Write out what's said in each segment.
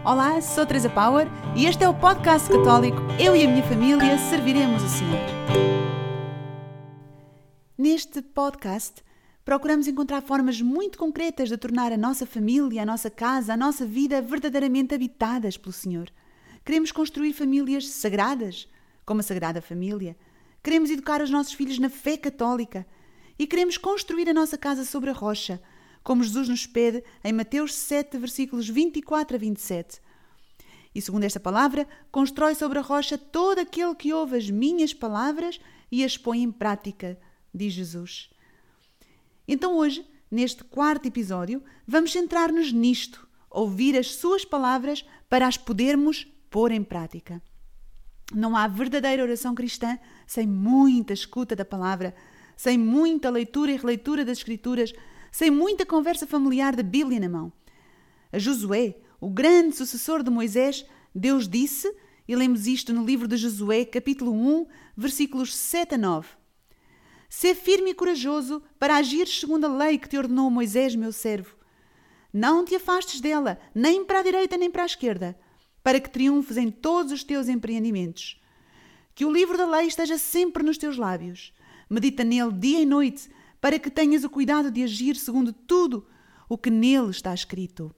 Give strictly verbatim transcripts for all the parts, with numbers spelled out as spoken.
Olá, sou Teresa Power e este é o podcast católico Eu e a Minha Família Serviremos o Senhor. Neste podcast, procuramos encontrar formas muito concretas de tornar a nossa família, a nossa casa, a nossa vida verdadeiramente habitadas pelo Senhor. Queremos construir famílias sagradas, como a Sagrada Família. Queremos educar os nossos filhos na fé católica e queremos construir a nossa casa sobre a rocha, como Jesus nos pede em Mateus sete, versículos vinte e quatro a vinte e sete. E segundo esta palavra, constrói sobre a rocha todo aquele que ouve as minhas palavras e as põe em prática, diz Jesus. Então hoje, neste quarto episódio, vamos centrar-nos nisto, ouvir as suas palavras para as podermos pôr em prática. Não há verdadeira oração cristã sem muita escuta da palavra, sem muita leitura e releitura das Escrituras, sem muita conversa familiar da Bíblia na mão. A Josué, o grande sucessor de Moisés, Deus disse, e lemos isto no livro de Josué, capítulo um, versículos sete a nove. Sê firme e corajoso para agir segundo a lei que te ordenou Moisés, meu servo. Não te afastes dela, nem para a direita nem para a esquerda, para que triunfes em todos os teus empreendimentos. Que o livro da lei esteja sempre nos teus lábios. Medita nele dia e noite, para que tenhas o cuidado de agir segundo tudo o que nele está escrito.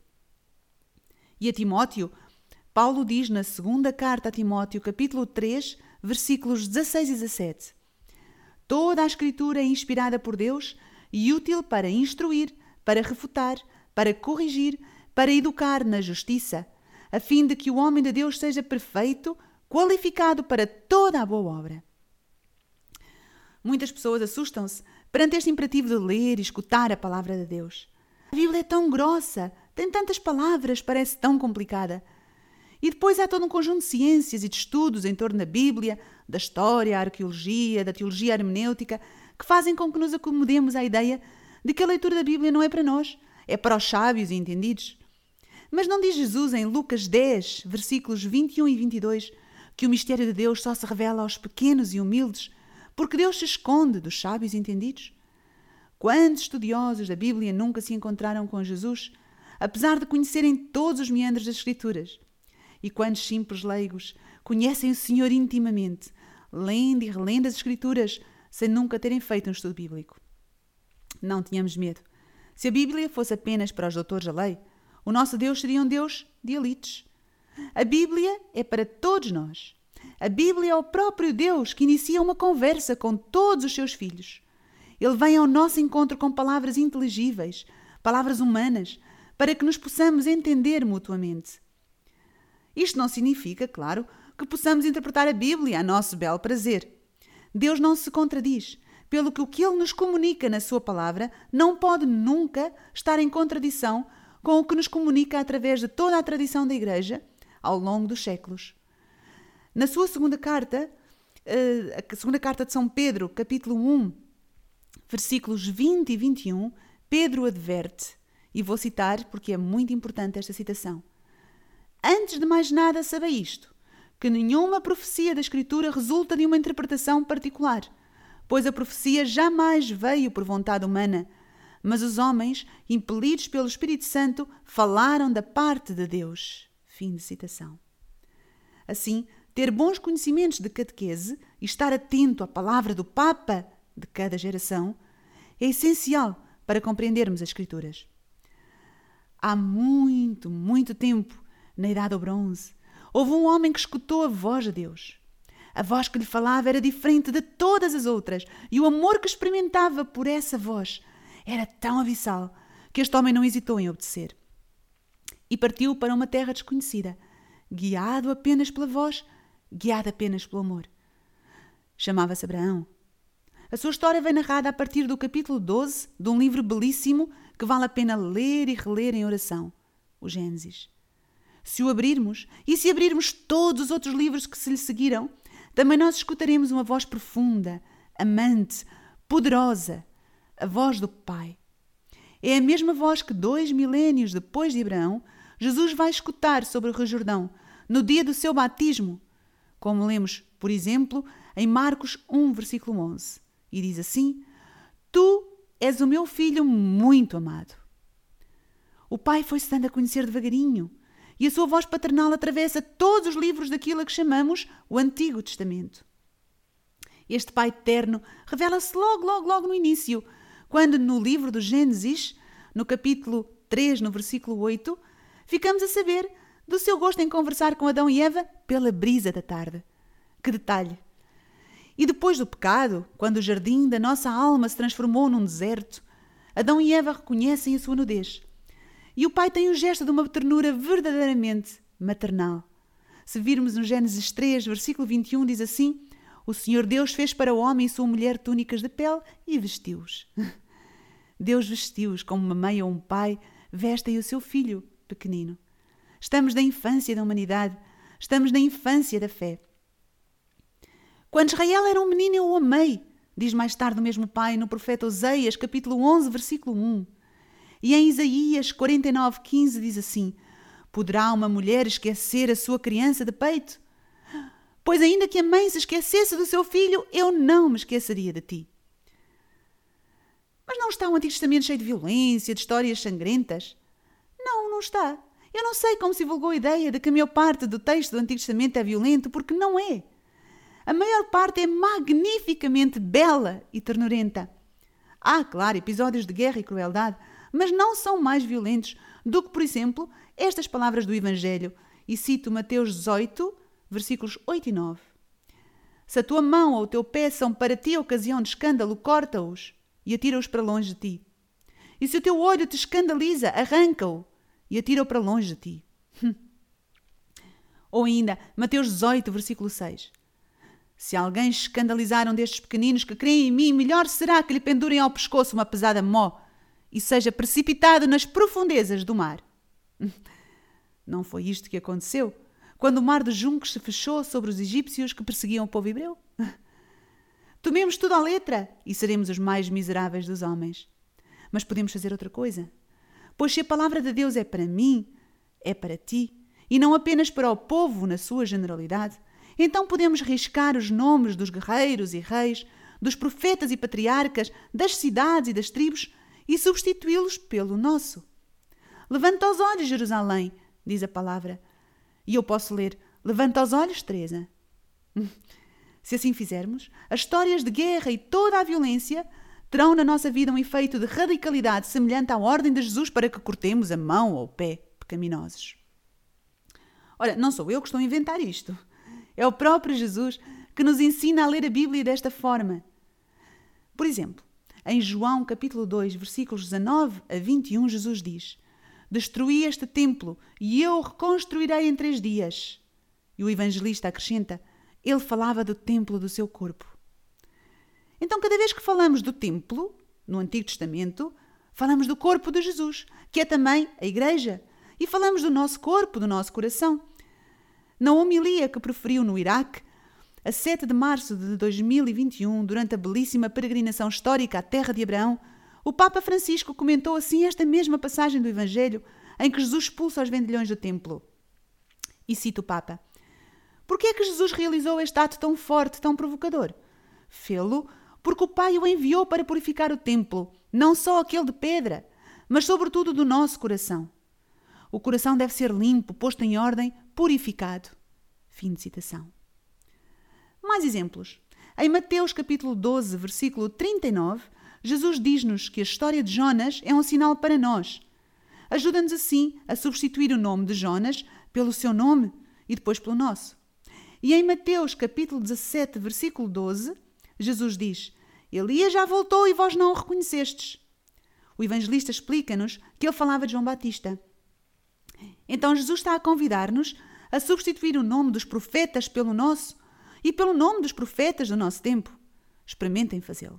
E a Timóteo, Paulo diz na segunda carta a Timóteo, capítulo três, versículos dezasseis e dezassete. Toda a Escritura é inspirada por Deus e útil para instruir, para refutar, para corrigir, para educar na justiça, a fim de que o homem de Deus seja perfeito, qualificado para toda a boa obra. Muitas pessoas assustam-se perante este imperativo de ler e escutar a palavra de Deus. A Bíblia é tão grossa, tem tantas palavras, parece tão complicada. E depois há todo um conjunto de ciências e de estudos em torno da Bíblia, da história, a arqueologia, da teologia hermenêutica, que fazem com que nos acomodemos à ideia de que a leitura da Bíblia não é para nós, é para os sábios e entendidos. Mas não diz Jesus em Lucas dez, versículos vinte e um e vinte e dois, que o mistério de Deus só se revela aos pequenos e humildes, porque Deus se esconde dos sábios e entendidos? Quantos estudiosos da Bíblia nunca se encontraram com Jesus, apesar de conhecerem todos os meandros das Escrituras? E quantos simples leigos conhecem o Senhor intimamente, lendo e relendo as Escrituras, sem nunca terem feito um estudo bíblico? Não tenhamos medo. Se a Bíblia fosse apenas para os doutores da lei, o nosso Deus seria um Deus de elites. A Bíblia é para todos nós. A Bíblia é o próprio Deus que inicia uma conversa com todos os seus filhos. Ele vem ao nosso encontro com palavras inteligíveis, palavras humanas, para que nos possamos entender mutuamente. Isto não significa, claro, que possamos interpretar a Bíblia a nosso belo prazer. Deus não se contradiz, pelo que o que Ele nos comunica na sua palavra não pode nunca estar em contradição com o que nos comunica através de toda a tradição da Igreja ao longo dos séculos. Na sua segunda carta, a segunda carta de São Pedro, capítulo um, versículos vinte e vinte e um, Pedro adverte, e vou citar porque é muito importante esta citação. Antes de mais nada, sabei isto, que nenhuma profecia da Escritura resulta de uma interpretação particular, pois a profecia jamais veio por vontade humana, mas os homens, impelidos pelo Espírito Santo, falaram da parte de Deus. Fim de citação. Assim, ter bons conhecimentos de catequese e estar atento à palavra do Papa de cada geração é essencial para compreendermos as Escrituras. Há muito, muito tempo, na Idade do Bronze, houve um homem que escutou a voz de Deus. A voz que lhe falava era diferente de todas as outras e o amor que experimentava por essa voz era tão abissal que este homem não hesitou em obedecer. E partiu para uma terra desconhecida, guiado apenas pela voz, guiado apenas pelo amor. Chamava-se Abraão. A sua história vem narrada a partir do capítulo doze de um livro belíssimo que vale a pena ler e reler em oração, o Gênesis. Se o abrirmos, e se abrirmos todos os outros livros que se lhe seguiram, também nós escutaremos uma voz profunda, amante, poderosa, a voz do Pai. É a mesma voz que dois milénios depois de Abraão, Jesus vai escutar sobre o Rio Jordão, no dia do seu batismo, como lemos, por exemplo, em Marcos um, versículo onze. E diz assim: Tu és o meu filho muito amado. O Pai foi-se dando a conhecer devagarinho e a sua voz paternal atravessa todos os livros daquilo a que chamamos o Antigo Testamento. Este Pai eterno revela-se logo, logo, logo no início, quando no livro do Gênesis, no capítulo três, no versículo oito, ficamos a saber do seu gosto em conversar com Adão e Eva pela brisa da tarde. Que detalhe! E depois do pecado, quando o jardim da nossa alma se transformou num deserto, Adão e Eva reconhecem a sua nudez. E o Pai tem o gesto de uma ternura verdadeiramente maternal. Se virmos no Gênesis três, versículo vinte e um, diz assim: o Senhor Deus fez para o homem e sua mulher túnicas de pele e vestiu-os. Deus vestiu-os como uma mãe ou um pai vestem o seu filho pequenino. Estamos na infância da humanidade. Estamos na infância da fé. Quando Israel era um menino, eu o amei, diz mais tarde o mesmo Pai no profeta Oseias, capítulo onze, versículo um. E em Isaías quarenta e nove, quinze diz assim: poderá uma mulher esquecer a sua criança de peito? Pois ainda que a mãe se esquecesse do seu filho, eu não me esqueceria de ti. Mas não está o Antigo Testamento cheio de violência, de histórias sangrentas? Não, não está. Eu não sei como se divulgou a ideia de que a maior parte do texto do Antigo Testamento é violento, porque não é. A maior parte é magnificamente bela e ternurenta. Há, claro, episódios de guerra e crueldade, mas não são mais violentos do que, por exemplo, estas palavras do Evangelho. E cito Mateus dezoito, versículos oito e nove. Se a tua mão ou o teu pé são para ti ocasião de escândalo, corta-os e atira-os para longe de ti. E se o teu olho te escandaliza, arranca-o e atira-o para longe de ti. Ou ainda, Mateus dezoito, versículo seis. Se alguém escandalizar um destes pequeninos que creem em mim, melhor será que lhe pendurem ao pescoço uma pesada mó e seja precipitado nas profundezas do mar. Não foi isto que aconteceu quando o mar de juncos se fechou sobre os egípcios que perseguiam o povo hebreu? Tomemos tudo à letra e seremos os mais miseráveis dos homens. Mas podemos fazer outra coisa. Pois se a palavra de Deus é para mim, é para ti, e não apenas para o povo na sua generalidade, então podemos riscar os nomes dos guerreiros e reis, dos profetas e patriarcas, das cidades e das tribos e substituí-los pelo nosso. Levanta os olhos, Jerusalém, diz a palavra. E eu posso ler, levanta os olhos, Teresa. Se assim fizermos, as histórias de guerra e toda a violência terão na nossa vida um efeito de radicalidade semelhante à ordem de Jesus para que cortemos a mão ou o pé pecaminosos. Ora, não sou eu que estou a inventar isto. É o próprio Jesus que nos ensina a ler a Bíblia desta forma. Por exemplo, em João capítulo dois, versículos dezanove a vinte e um, Jesus diz: destruí este templo e eu o reconstruirei em três dias. E o evangelista acrescenta: ele falava do templo do seu corpo. Então, cada vez que falamos do templo, no Antigo Testamento, falamos do corpo de Jesus, que é também a Igreja, e falamos do nosso corpo, do nosso coração. Na homilia que proferiu no Iraque, a sete de março de dois mil e vinte e um, durante a belíssima peregrinação histórica à terra de Abraão, o Papa Francisco comentou assim esta mesma passagem do Evangelho em que Jesus expulsa os vendilhões do templo. E cito o Papa: por que é que Jesus realizou este ato tão forte, tão provocador? Fê-lo porque o Pai o enviou para purificar o templo, não só aquele de pedra, mas sobretudo do nosso coração. O coração deve ser limpo, posto em ordem, purificado. Fim de citação. Mais exemplos. Em Mateus capítulo doze, versículo trinta e nove, Jesus diz-nos que a história de Jonas é um sinal para nós. Ajuda-nos assim a substituir o nome de Jonas pelo seu nome e depois pelo nosso. E em Mateus capítulo dezassete, versículo doze, Jesus diz: Elias já voltou e vós não o reconhecestes. O evangelista explica-nos que ele falava de João Batista. Então Jesus está a convidar-nos a substituir o nome dos profetas pelo nosso e pelo nome dos profetas do nosso tempo. Experimentem fazê-lo.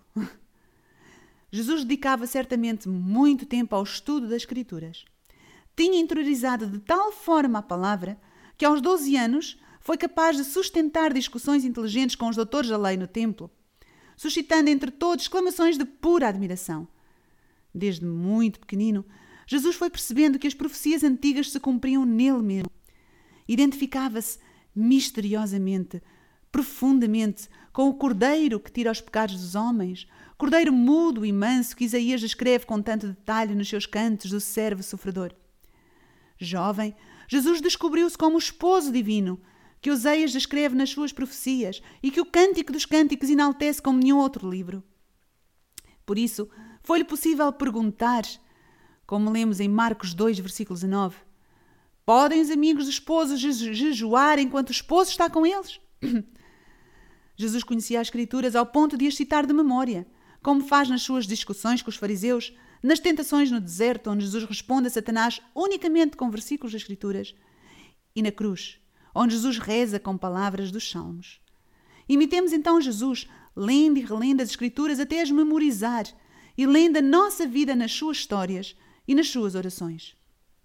Jesus dedicava certamente muito tempo ao estudo das Escrituras. Tinha interiorizado de tal forma a palavra que aos doze anos foi capaz de sustentar discussões inteligentes com os doutores da lei no templo, suscitando entre todos exclamações de pura admiração. Desde muito pequenino, Jesus foi percebendo que as profecias antigas se cumpriam nele mesmo. Identificava-se misteriosamente, profundamente, com o Cordeiro que tira os pecados dos homens, Cordeiro mudo e manso que Isaías descreve com tanto detalhe nos seus cantos do servo sofredor. Jovem, Jesus descobriu-se como o esposo divino, que Oseias descreve nas suas profecias e que o Cântico dos Cânticos enaltece como nenhum outro livro. Por isso, foi-lhe possível perguntar, como lemos em Marcos dois, versículo dezanove, podem os amigos dos esposos jejuar enquanto o esposo está com eles? Jesus conhecia as Escrituras ao ponto de as citar de memória, como faz nas suas discussões com os fariseus, nas tentações no deserto, onde Jesus responde a Satanás unicamente com versículos das Escrituras, e na cruz, onde Jesus reza com palavras dos Salmos. Imitemos então Jesus, lendo e relendo as Escrituras até as memorizar e lendo a nossa vida nas suas histórias e nas suas orações.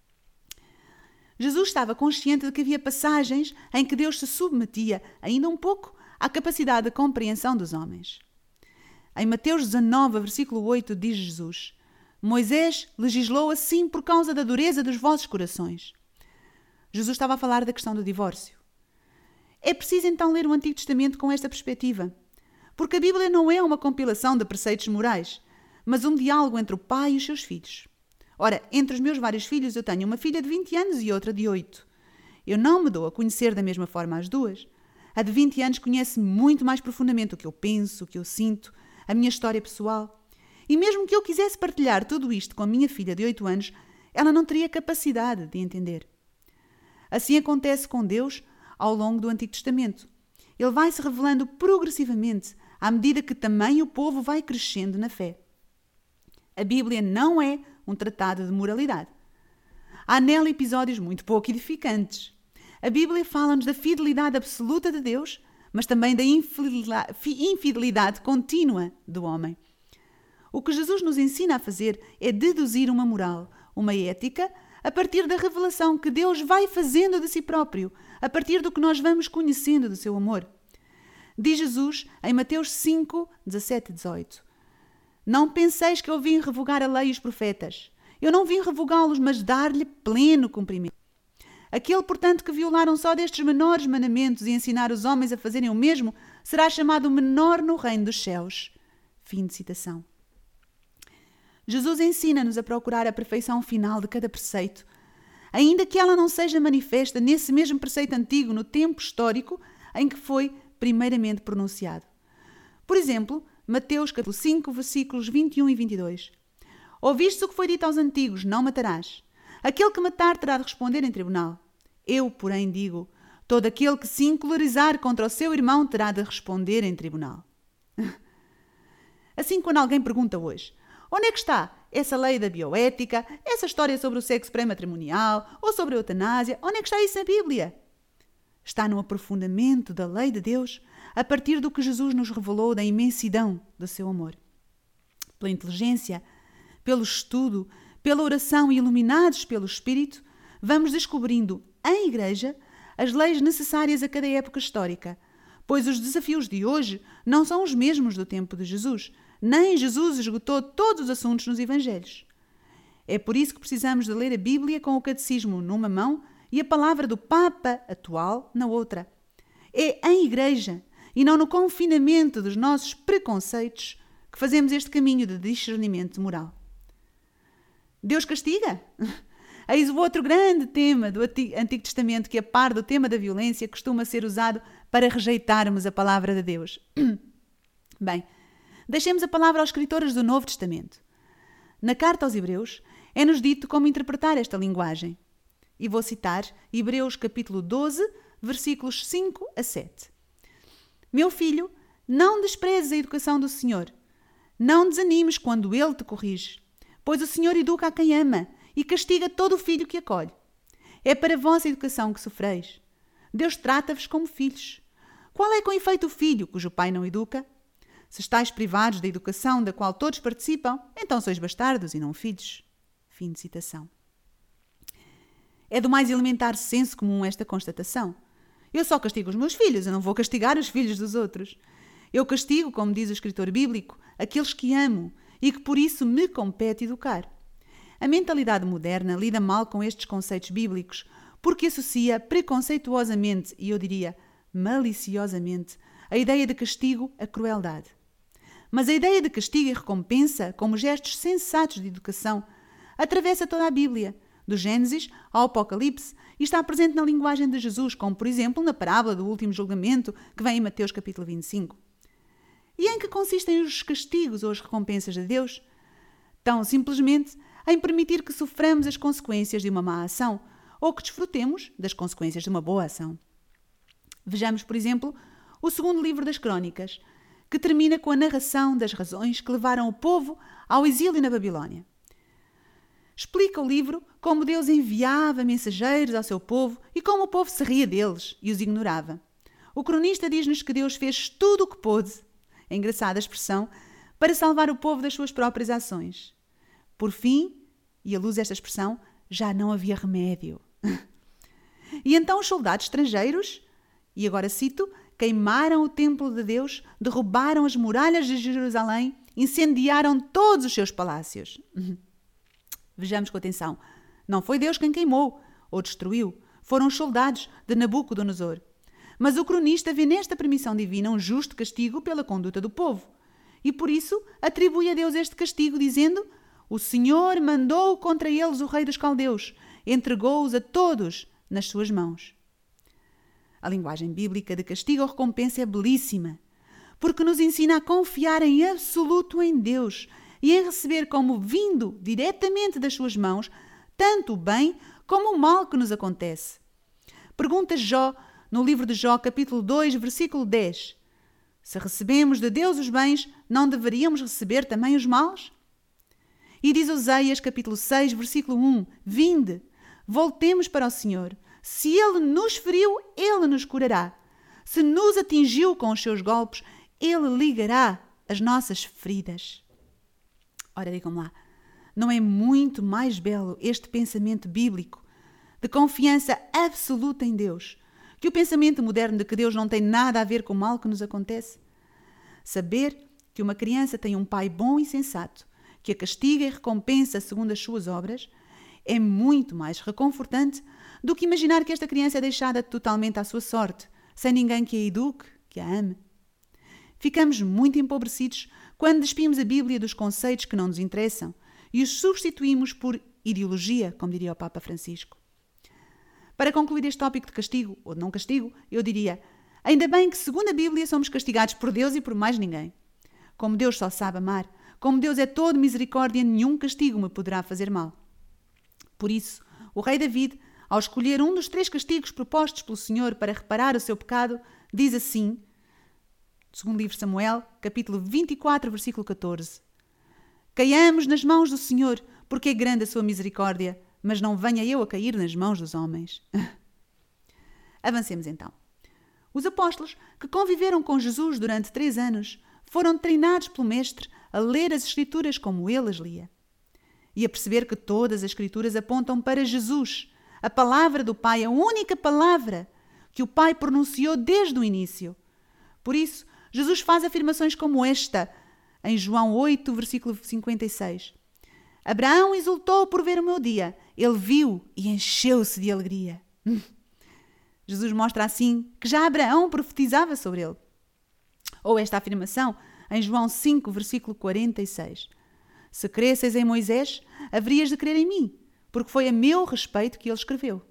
Jesus estava consciente de que havia passagens em que Deus se submetia, ainda um pouco, à capacidade de compreensão dos homens. Em Mateus dezanove, versículo oito, diz Jesus: Moisés legislou assim por causa da dureza dos vossos corações. Jesus estava a falar da questão do divórcio. É preciso então ler o Antigo Testamento com esta perspectiva, porque a Bíblia não é uma compilação de preceitos morais, mas um diálogo entre o pai e os seus filhos. Ora, entre os meus vários filhos eu tenho uma filha de vinte anos e outra de oito. Eu não me dou a conhecer da mesma forma as duas. A de vinte anos conhece muito mais profundamente o que eu penso, o que eu sinto, a minha história pessoal. E mesmo que eu quisesse partilhar tudo isto com a minha filha de oito anos, ela não teria capacidade de entender. Assim acontece com Deus ao longo do Antigo Testamento. Ele vai se revelando progressivamente à medida que também o povo vai crescendo na fé. A Bíblia não é um tratado de moralidade. Há nela episódios muito pouco edificantes. A Bíblia fala-nos da fidelidade absoluta de Deus, mas também da infidelidade contínua do homem. O que Jesus nos ensina a fazer é deduzir uma moral, uma ética, a partir da revelação que Deus vai fazendo de si próprio, a partir do que nós vamos conhecendo do seu amor. Diz Jesus em Mateus cinco, dezassete e dezoito: Não penseis que eu vim revogar a lei e os profetas. Eu não vim revogá-los, mas dar-lhe pleno cumprimento. Aquele, portanto, que violar um só destes menores mandamentos e ensinar os homens a fazerem o mesmo, será chamado menor no reino dos céus. Fim de citação. Jesus ensina-nos a procurar a perfeição final de cada preceito, ainda que ela não seja manifesta nesse mesmo preceito antigo no tempo histórico em que foi primeiramente pronunciado. Por exemplo, Mateus capítulo cinco, versículos vinte e um e vinte e dois. Ouviste o que foi dito aos antigos, não matarás. Aquele que matar terá de responder em tribunal. Eu, porém, digo, todo aquele que se encolarizar contra o seu irmão terá de responder em tribunal. Assim, quando alguém pergunta hoje, onde é que está essa lei da bioética, essa história sobre o sexo pré-matrimonial ou sobre a eutanásia, onde é que está isso na Bíblia? Está no aprofundamento da lei de Deus, a partir do que Jesus nos revelou da imensidão do seu amor. Pela inteligência, pelo estudo, pela oração e iluminados pelo Espírito, vamos descobrindo em Igreja as leis necessárias a cada época histórica, pois os desafios de hoje não são os mesmos do tempo de Jesus, nem Jesus esgotou todos os assuntos nos Evangelhos. É por isso que precisamos de ler a Bíblia com o Catecismo numa mão e a palavra do Papa atual na outra. É em Igreja e não no confinamento dos nossos preconceitos que fazemos este caminho de discernimento moral. Deus castiga? Eis o outro grande tema do Antigo Testamento que, a par do tema da violência, costuma ser usado para rejeitarmos a palavra de Deus. Bem, deixemos a palavra aos escritores do Novo Testamento. Na carta aos Hebreus, é-nos dito como interpretar esta linguagem. E vou citar Hebreus capítulo doze, versículos cinco a sete. Meu filho, não desprezes a educação do Senhor. Não desanimes quando Ele te corrige, pois o Senhor educa a quem ama e castiga todo o filho que acolhe. É para a vossa educação que sofreis. Deus trata-vos como filhos. Qual é com efeito o filho cujo pai não educa? Se estáis privados da educação da qual todos participam, então sois bastardos e não filhos. Fim de citação. É do mais elementar senso comum esta constatação. Eu só castigo os meus filhos, eu não vou castigar os filhos dos outros. Eu castigo, como diz o escritor bíblico, aqueles que amo e que por isso me compete educar. A mentalidade moderna lida mal com estes conceitos bíblicos porque associa preconceituosamente, e eu diria maliciosamente, a ideia de castigo à crueldade. Mas a ideia de castigo e recompensa, como gestos sensatos de educação, atravessa toda a Bíblia, do Gênesis ao Apocalipse, e está presente na linguagem de Jesus, como por exemplo na parábola do último julgamento que vem em Mateus capítulo vinte e cinco. E em que consistem os castigos ou as recompensas de Deus? Tão simplesmente em permitir que soframos as consequências de uma má ação ou que desfrutemos das consequências de uma boa ação. Vejamos, por exemplo, o segundo livro das Crônicas, que termina com a narração das razões que levaram o povo ao exílio na Babilónia. Explica o livro como Deus enviava mensageiros ao seu povo e como o povo se ria deles e os ignorava. O cronista diz-nos que Deus fez tudo o que pôde, é engraçada a expressão, para salvar o povo das suas próprias ações. Por fim, e à luz desta expressão, já não havia remédio. E então os soldados estrangeiros, e agora cito, queimaram o templo de Deus, derrubaram as muralhas de Jerusalém, incendiaram todos os seus palácios. Vejamos com atenção. Não foi Deus quem queimou ou destruiu, foram os soldados de Nabucodonosor. Mas o cronista vê nesta permissão divina um justo castigo pela conduta do povo. E por isso atribui a Deus este castigo, dizendo: o Senhor mandou contra eles o rei dos caldeus, entregou-os a todos nas suas mãos. A linguagem bíblica de castigo ou recompensa é belíssima, porque nos ensina a confiar em absoluto em Deus e em receber como vindo diretamente das suas mãos tanto o bem como o mal que nos acontece. Pergunta Jó, no livro de Jó, capítulo dois, versículo dez. Se recebemos de Deus os bens, não deveríamos receber também os males? E diz Oseias, capítulo seis, versículo um. Vinde, voltemos para o Senhor. Se Ele nos feriu, Ele nos curará. Se nos atingiu com os seus golpes, Ele ligará as nossas feridas. Ora, digam lá, não é muito mais belo este pensamento bíblico de confiança absoluta em Deus que o pensamento moderno de que Deus não tem nada a ver com o mal que nos acontece? Saber que uma criança tem um pai bom e sensato, que a castiga e recompensa segundo as suas obras, é muito mais reconfortante do que imaginar que esta criança é deixada totalmente à sua sorte, sem ninguém que a eduque, que a ame. Ficamos muito empobrecidos quando despimos a Bíblia dos conceitos que não nos interessam e os substituímos por ideologia, como diria o Papa Francisco. Para concluir este tópico de castigo ou de não castigo, eu diria: ainda bem que, segundo a Bíblia, somos castigados por Deus e por mais ninguém. Como Deus só sabe amar, como Deus é todo misericórdia, nenhum castigo me poderá fazer mal. Por isso, o rei David, ao escolher um dos três castigos propostos pelo Senhor para reparar o seu pecado, diz assim, segundo livro de Samuel, capítulo vinte e quatro, versículo catorze. Caiamos nas mãos do Senhor, porque é grande a sua misericórdia, mas não venha eu a cair nas mãos dos homens. Avancemos então. Os apóstolos, que conviveram com Jesus durante três anos, foram treinados pelo Mestre a ler as Escrituras como ele as lia. E a perceber que todas as Escrituras apontam para Jesus, a palavra do Pai, a única palavra que o Pai pronunciou desde o início. Por isso, Jesus faz afirmações como esta, em João oito, versículo cinquenta e seis. Abraão exultou por ver o meu dia. Ele viu e encheu-se de alegria. Jesus mostra assim que já Abraão profetizava sobre ele. Ou esta afirmação em João cinco, versículo quarenta e seis. Se cresces em Moisés, haverias de crer em mim, porque foi a meu respeito que ele escreveu.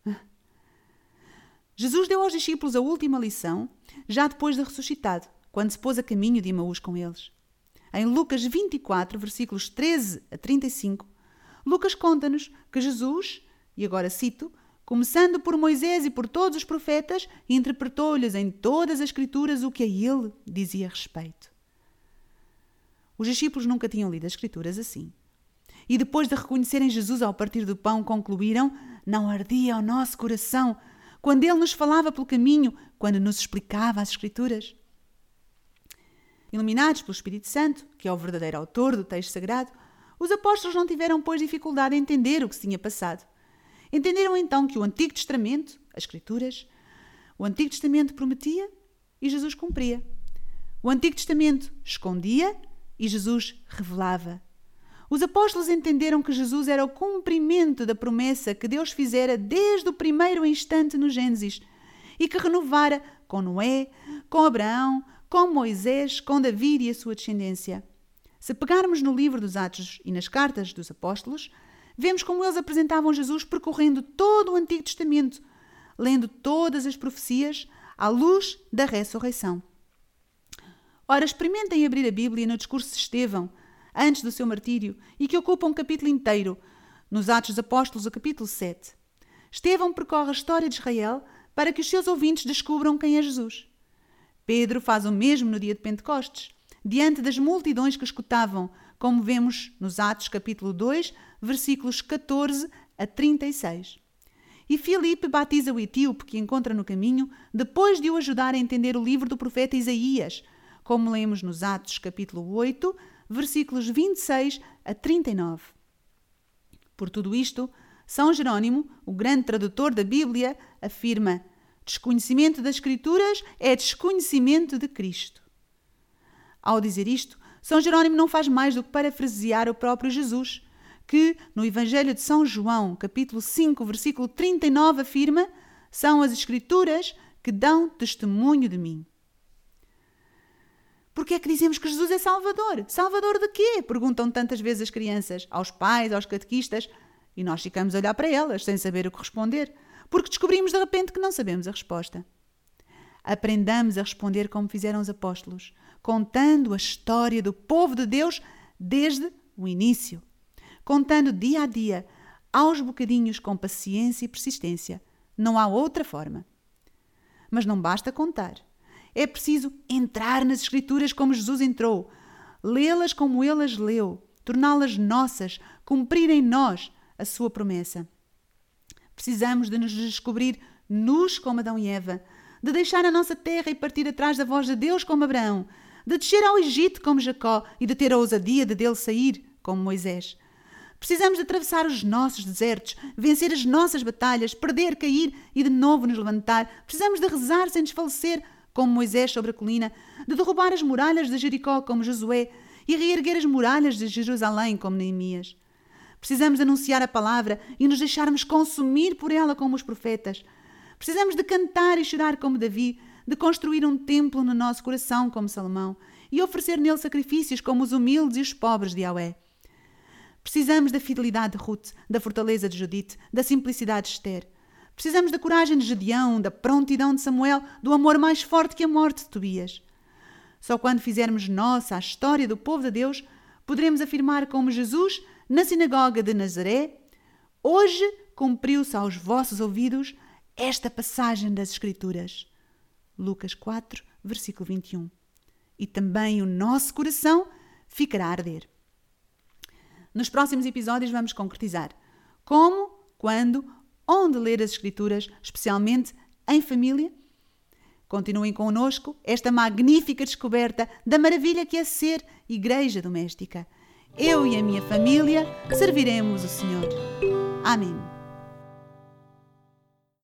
Jesus deu aos discípulos a última lição, já depois de ressuscitado, quando se pôs a caminho de Emaús com eles. Em Lucas vinte e quatro, versículos treze a trinta e cinco, Lucas conta-nos que Jesus, e agora cito, começando por Moisés e por todos os profetas, interpretou-lhes em todas as Escrituras o que a ele dizia respeito. Os discípulos nunca tinham lido as Escrituras assim. E depois de reconhecerem Jesus ao partir do pão, concluíram: não ardia o nosso coração quando ele nos falava pelo caminho, quando nos explicava as Escrituras. Iluminados pelo Espírito Santo, que é o verdadeiro autor do texto sagrado, os apóstolos não tiveram, pois, dificuldade em entender o que se tinha passado. Entenderam então que o Antigo Testamento, as Escrituras, o Antigo Testamento prometia e Jesus cumpria. O Antigo Testamento escondia e Jesus revelava. Os apóstolos entenderam que Jesus era o cumprimento da promessa que Deus fizera desde o primeiro instante no Gênesis e que renovara com Noé, com Abraão, com Moisés, com Davi e a sua descendência. Se pegarmos no livro dos Atos e nas cartas dos apóstolos, vemos como eles apresentavam Jesus percorrendo todo o Antigo Testamento, lendo todas as profecias à luz da ressurreição. Ora, experimentem abrir a Bíblia no discurso de Estevão, antes do seu martírio, e que ocupa um capítulo inteiro, nos Atos dos Apóstolos, o capítulo sete. Estevão percorre a história de Israel para que os seus ouvintes descubram quem é Jesus. Pedro faz o mesmo no dia de Pentecostes, diante das multidões que escutavam, como vemos nos Atos capítulo dois, versículos catorze a trinta e seis. E Filipe batiza o etíope que encontra no caminho, depois de o ajudar a entender o livro do profeta Isaías, como lemos nos Atos capítulo oito, versículos vinte e seis a trinta e nove. Por tudo isto, São Jerónimo, o grande tradutor da Bíblia, afirma: desconhecimento das Escrituras é desconhecimento de Cristo. Ao dizer isto, São Jerónimo não faz mais do que parafrasear o próprio Jesus, que, no Evangelho de São João, capítulo cinco, versículo trinta e nove, afirma: são as Escrituras que dão testemunho de mim. Por que é que dizemos que Jesus é Salvador? Salvador de quê? Perguntam tantas vezes as crianças, aos pais, aos catequistas, e nós ficamos a olhar para elas, sem saber o que responder, porque descobrimos de repente que não sabemos a resposta. Aprendamos a responder como fizeram os apóstolos, contando a história do povo de Deus desde o início, contando dia a dia, aos bocadinhos, com paciência e persistência. Não há outra forma. Mas não basta contar. É preciso entrar nas Escrituras como Jesus entrou, lê-las como Ele as leu, torná-las nossas, cumprir em nós a sua promessa. Precisamos de nos descobrir nus como Adão e Eva, de deixar a nossa terra e partir atrás da voz de Deus como Abraão, de descer ao Egito como Jacó e de ter a ousadia de dele sair como Moisés. Precisamos de atravessar os nossos desertos, vencer as nossas batalhas, perder, cair e de novo nos levantar. Precisamos de rezar sem desfalecer, como Moisés sobre a colina, de derrubar as muralhas de Jericó, como Josué, e reerguer as muralhas de Jerusalém, como Neemias. Precisamos de anunciar a palavra e nos deixarmos consumir por ela, como os profetas. Precisamos de cantar e chorar, como Davi, de construir um templo no nosso coração, como Salomão, e oferecer nele sacrifícios, como os humildes e os pobres de Yahweh. Precisamos da fidelidade de Ruth, da fortaleza de Judite, da simplicidade de Esther. Precisamos da coragem de Gedeão, da prontidão de Samuel, do amor mais forte que a morte de Tobias. Só quando fizermos nossa a história do povo de Deus, poderemos afirmar como Jesus, na sinagoga de Nazaré: hoje cumpriu-se aos vossos ouvidos esta passagem das Escrituras. Lucas quatro, versículo vinte e um. E também o nosso coração ficará a arder. Nos próximos episódios vamos concretizar como, quando, onde ler as Escrituras, especialmente em família. Continuem connosco esta magnífica descoberta da maravilha que é ser igreja doméstica. Eu e a minha família serviremos o Senhor. Amém.